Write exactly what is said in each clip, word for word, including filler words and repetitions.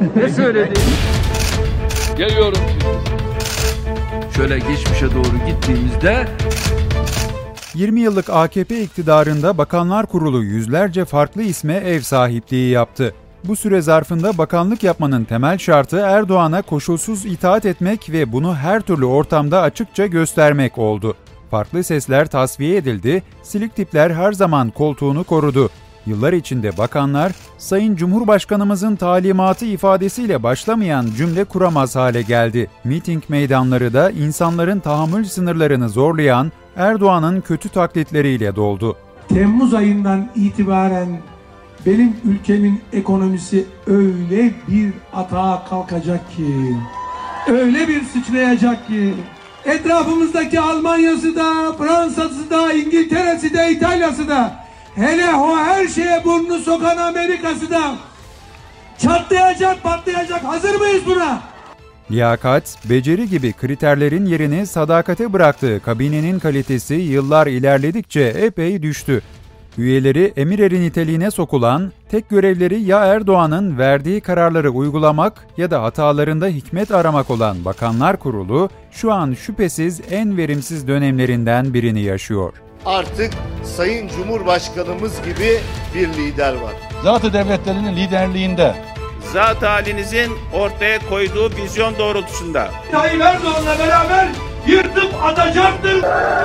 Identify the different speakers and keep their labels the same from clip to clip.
Speaker 1: Ne söyledi?
Speaker 2: Geliyorum şimdi.
Speaker 1: Şöyle geçmişe doğru gittiğimizde
Speaker 3: yirmi yıllık A K P iktidarında Bakanlar Kurulu yüzlerce farklı isme ev sahipliği yaptı. Bu süre zarfında bakanlık yapmanın temel şartı Erdoğan'a koşulsuz itaat etmek ve bunu her türlü ortamda açıkça göstermek oldu. Farklı sesler tasfiye edildi, silik tipler her zaman koltuğunu korudu. Yıllar içinde bakanlar, Sayın Cumhurbaşkanımızın talimatı ifadesiyle başlamayan cümle kuramaz hale geldi. Miting meydanları da insanların tahammül sınırlarını zorlayan Erdoğan'ın kötü taklitleriyle doldu.
Speaker 4: Temmuz ayından itibaren benim ülkemin ekonomisi öyle bir atağa kalkacak ki, öyle bir sıçrayacak ki, etrafımızdaki Almanya'sı da, Fransa'sı da, İngiltere'si de, İtalya'sı da, hele o her şeye burnunu sokan Amerika'sı da çatlayacak, patlayacak. Hazır mıyız buna?
Speaker 3: Liyakat, beceri gibi kriterlerin yerini sadakate bıraktığı kabinenin kalitesi yıllar ilerledikçe epey düştü. Üyeleri emir eri niteliğine sokulan, tek görevleri ya Erdoğan'ın verdiği kararları uygulamak ya da hatalarında hikmet aramak olan Bakanlar Kurulu, şu an şüphesiz en verimsiz dönemlerinden birini yaşıyor.
Speaker 5: Artık Sayın Cumhurbaşkanımız gibi bir lider var.
Speaker 6: Zat-ı devletlerinin liderliğinde,
Speaker 7: zat halinizin ortaya koyduğu vizyon doğrultusunda
Speaker 4: Tayyip Erdoğan'la beraber yırtıp atacaktır.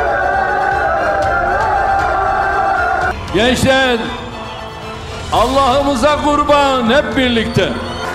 Speaker 2: Gençler, Allah'ımıza kurban hep birlikte.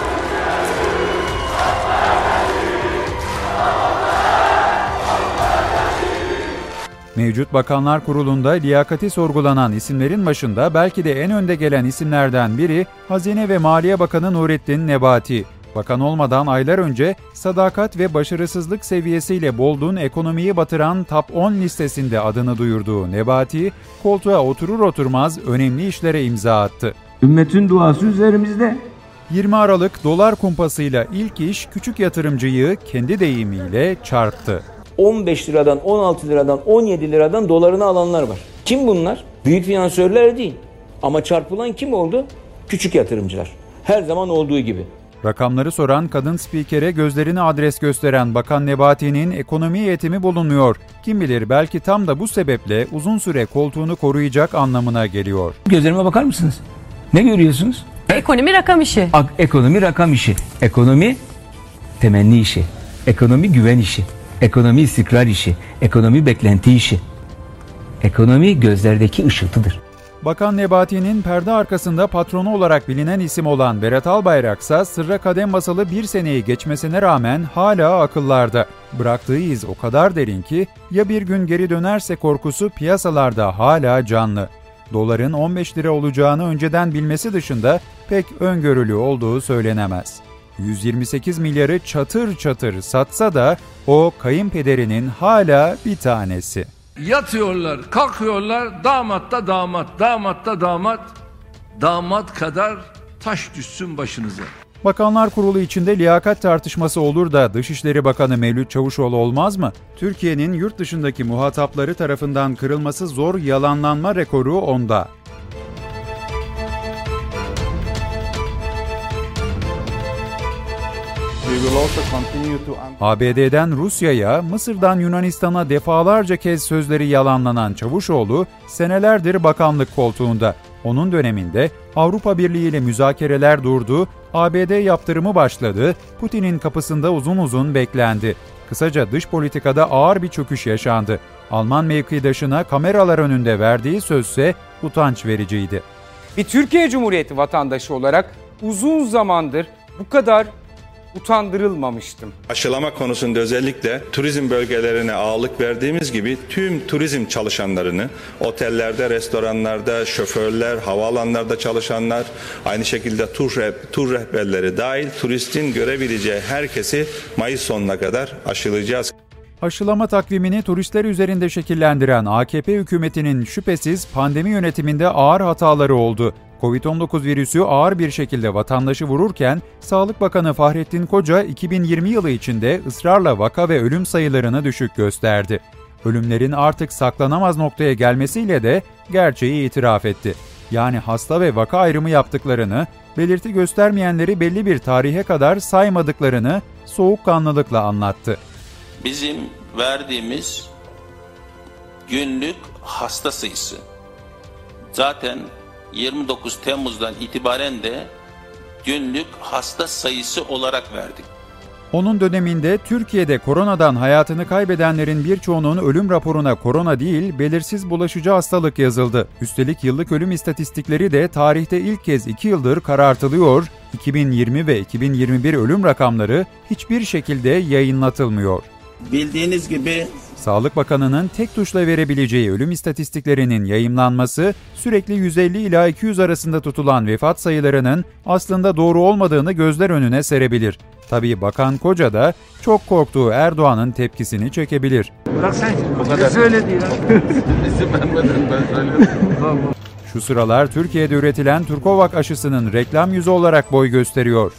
Speaker 3: Mevcut Bakanlar Kurulu'nda liyakati sorgulanan isimlerin başında belki de en önde gelen isimlerden biri Hazine ve Maliye Bakanı Nurettin Nebati. Bakan olmadan aylar önce sadakat ve başarısızlık seviyesiyle Bold'un ekonomiyi batıran Top on listesinde adını duyurduğu Nebati, koltuğa oturur oturmaz önemli işlere imza attı.
Speaker 8: Ümmetin duası üzerimizde.
Speaker 3: yirmi Aralık dolar kumpasıyla ilk iş küçük yatırımcıyı kendi deyimiyle çarptı.
Speaker 9: on beş liradan, on altı liradan, on yedi liradan dolarını alanlar var. Kim bunlar? Büyük finansörler değil. Ama çarpılan kim oldu? Küçük yatırımcılar. Her zaman olduğu gibi.
Speaker 3: Rakamları soran kadın spikere gözlerini adres gösteren Bakan Nebati'nin ekonomi eğitimi bulunmuyor. Kim bilir belki tam da bu sebeple uzun süre koltuğunu koruyacak anlamına geliyor.
Speaker 9: Gözlerime bakar mısınız? Ne görüyorsunuz?
Speaker 10: Ekonomi rakam işi.
Speaker 9: Ak- ekonomi rakam işi. Ekonomi temenni işi. Ekonomi güven işi. Ekonomi istikrar işi. Ekonomi beklenti işi. Ekonomi gözlerdeki ışıltıdır.
Speaker 3: Bakan Nebati'nin perde arkasında patronu olarak bilinen isim olan Berat Albayrak ise sırra kadem basalı bir seneyi geçmesine rağmen hala akıllarda. Bıraktığı iz o kadar derin ki ya bir gün geri dönerse korkusu piyasalarda hala canlı. Doların on beş lira olacağını önceden bilmesi dışında pek öngörülü olduğu söylenemez. yüz yirmi sekiz milyarı çatır çatır satsa da o kayınpederinin hala bir tanesi.
Speaker 2: Yatıyorlar, kalkıyorlar, damat da damat, damat da damat, damat kadar taş düşsün başınıza.
Speaker 3: Bakanlar Kurulu içinde liyakat tartışması olur da Dışişleri Bakanı Mevlüt Çavuşoğlu olmaz mı? Türkiye'nin yurt dışındaki muhatapları tarafından kırılması zor yalanlanma rekoru onda. A B D'den Rusya'ya, Mısır'dan Yunanistan'a defalarca kez sözleri yalanlanan Çavuşoğlu, senelerdir bakanlık koltuğunda. Onun döneminde Avrupa Birliği ile müzakereler durdu, A B D yaptırımı başladı, Putin'in kapısında uzun uzun beklendi. Kısaca dış politikada ağır bir çöküş yaşandı. Alman mevkidaşına kameralar önünde verdiği sözse utanç vericiydi.
Speaker 11: Bir Türkiye Cumhuriyeti vatandaşı olarak uzun zamandır bu kadar utandırılmamıştım.
Speaker 12: Aşılama konusunda özellikle turizm bölgelerine ağırlık verdiğimiz gibi tüm turizm çalışanlarını, otellerde, restoranlarda, şoförler, havaalanlarda çalışanlar, aynı şekilde tur, tur rehberleri dahil turistin görebileceği herkesi Mayıs sonuna kadar aşılayacağız.
Speaker 3: Aşılama takvimini turistler üzerinde şekillendiren A K P hükümetinin şüphesiz pandemi yönetiminde ağır hataları oldu. kovid on dokuz virüsü ağır bir şekilde vatandaşı vururken, Sağlık Bakanı Fahrettin Koca iki bin yirmi yılı içinde ısrarla vaka ve ölüm sayılarını düşük gösterdi. Ölümlerin artık saklanamaz noktaya gelmesiyle de gerçeği itiraf etti. Yani hasta ve vaka ayrımı yaptıklarını, belirti göstermeyenleri belli bir tarihe kadar saymadıklarını soğukkanlılıkla anlattı.
Speaker 10: Bizim verdiğimiz günlük hasta sayısı zaten yirmi dokuz Temmuz'dan itibaren de günlük hasta sayısı olarak verdik.
Speaker 3: Onun döneminde Türkiye'de koronadan hayatını kaybedenlerin birçoğunun ölüm raporuna korona değil, belirsiz bulaşıcı hastalık yazıldı. Üstelik yıllık ölüm istatistikleri de tarihte ilk kez iki yıldır karartılıyor, iki bin yirmi ve iki bin yirmi bir ölüm rakamları hiçbir şekilde yayınlatılmıyor.
Speaker 10: Bildiğiniz gibi
Speaker 3: Sağlık Bakanı'nın tek tuşla verebileceği ölüm istatistiklerinin yayımlanması, sürekli yüz elli ila iki yüz arasında tutulan vefat sayılarının aslında doğru olmadığını gözler önüne serebilir. Tabii Bakan Koca da çok korktuğu Erdoğan'ın tepkisini çekebilir.
Speaker 1: Bırak sen. Ne söyledi ya?
Speaker 6: İzin vermeden ben söyledim.
Speaker 3: Şu sıralar Türkiye'de üretilen Turkovac aşısının reklam yüzü olarak boy gösteriyor.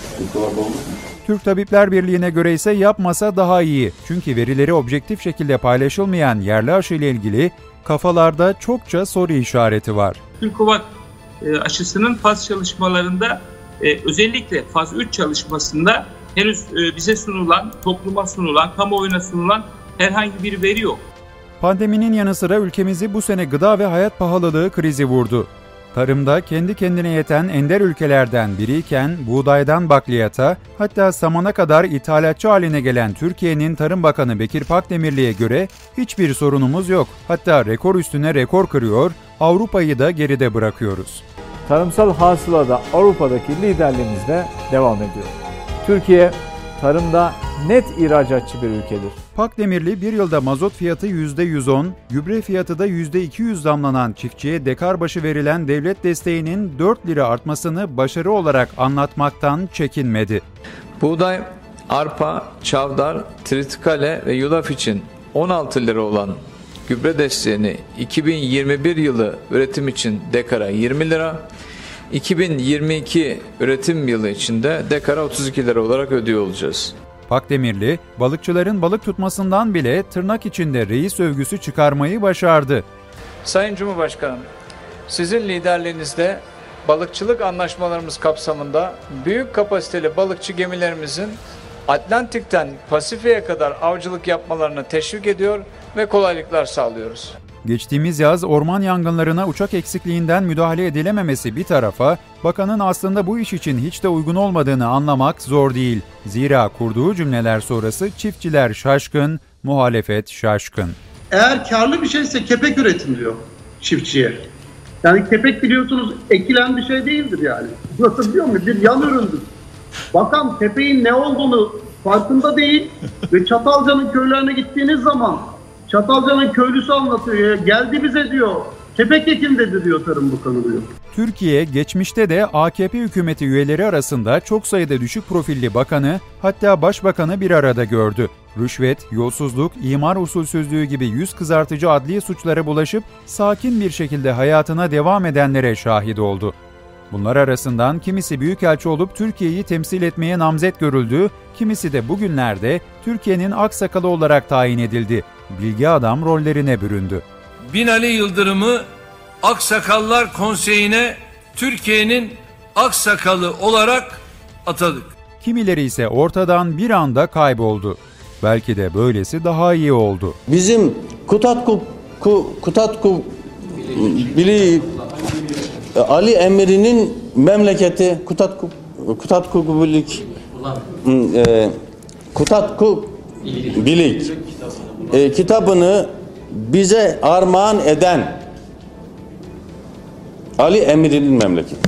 Speaker 3: Türk Tabipler Birliği'ne göre ise yapmasa daha iyi. Çünkü verileri objektif şekilde paylaşılmayan yerli aşı ile ilgili kafalarda çokça soru işareti var.
Speaker 13: Turkovac aşısının faz çalışmalarında özellikle faz üç çalışmasında henüz bize sunulan, topluma sunulan, kamuoyuna sunulan herhangi bir veri yok.
Speaker 3: Pandeminin yanı sıra ülkemizi bu sene gıda ve hayat pahalılığı krizi vurdu. Tarımda kendi kendine yeten ender ülkelerden biriyken buğdaydan bakliyata, hatta samana kadar ithalatçı haline gelen Türkiye'nin Tarım Bakanı Bekir Pakdemirli'ye göre hiçbir sorunumuz yok. Hatta rekor üstüne rekor kırıyor, Avrupa'yı da geride bırakıyoruz.
Speaker 14: Tarımsal hasılada Avrupa'daki liderliğimizde devam ediyor. Türkiye tarımda net ihracatçı bir ülkedir.
Speaker 3: Pakdemirli bir yılda mazot fiyatı yüzde yüz on, gübre fiyatı da yüzde iki yüz zamlanan çiftçiye dekar başı verilen devlet desteğinin dört lira artmasını başarı olarak anlatmaktan çekinmedi.
Speaker 15: Buğday, arpa, çavdar, tritikale ve yulaf için on altı lira olan gübre desteğini iki bin yirmi bir yılı üretim için dekara yirmi lira, iki bin yirmi iki üretim yılı içinde dekara otuz iki lira olarak ödüyor olacağız.
Speaker 3: Pakdemirli, balıkçıların balık tutmasından bile tırnak içinde reis övgüsü çıkarmayı başardı.
Speaker 15: Sayın Cumhurbaşkanım, sizin liderliğinizde balıkçılık anlaşmalarımız kapsamında büyük kapasiteli balıkçı gemilerimizin Atlantik'ten Pasifik'e kadar avcılık yapmalarını teşvik ediyor ve kolaylıklar sağlıyoruz.
Speaker 3: Geçtiğimiz yaz orman yangınlarına uçak eksikliğinden müdahale edilememesi bir tarafa, bakanın aslında bu iş için hiç de uygun olmadığını anlamak zor değil. Zira kurduğu cümleler sonrası çiftçiler şaşkın, muhalefet şaşkın.
Speaker 16: Eğer karlı bir şeyse kepek üretin diyor çiftçiye. Yani kepek biliyorsunuz ekilen bir şey değildir yani. Nasıl biliyor musun? Bir yan üründür. Bakan kepeğin ne olduğunu farkında değil ve Çatalca'nın köylerine gittiğiniz zaman Çatalca'nın köylüsü anlatıyor. Geldi bize diyor. Kepek ekin dedi diyor Tarım Bakanı diyor.
Speaker 3: Türkiye geçmişte de A K P hükümeti üyeleri arasında çok sayıda düşük profilli bakanı, hatta başbakanı bir arada gördü. Rüşvet, yolsuzluk, imar usulsüzlüğü gibi yüz kızartıcı adli suçlara bulaşıp sakin bir şekilde hayatına devam edenlere şahit oldu. Bunlar arasından kimisi büyükelçi olup Türkiye'yi temsil etmeye namzet görüldü, kimisi de bugünlerde Türkiye'nin aksakalı olarak tayin edildi. Bilgi adam rollerine büründü.
Speaker 2: Binali Yıldırım'ı Aksakallar Konseyi'ne Türkiye'nin aksakalı olarak atadık.
Speaker 3: Kimileri ise ortadan bir anda kayboldu. Belki de böylesi daha iyi oldu.
Speaker 17: Bizim Kutatku Kutatku Bili Ali Emri'nin memleketi Kutatku Kutatku Bilik Kutatku Bilik e, kitabını bize armağan eden Ali Emri'nin memleketi.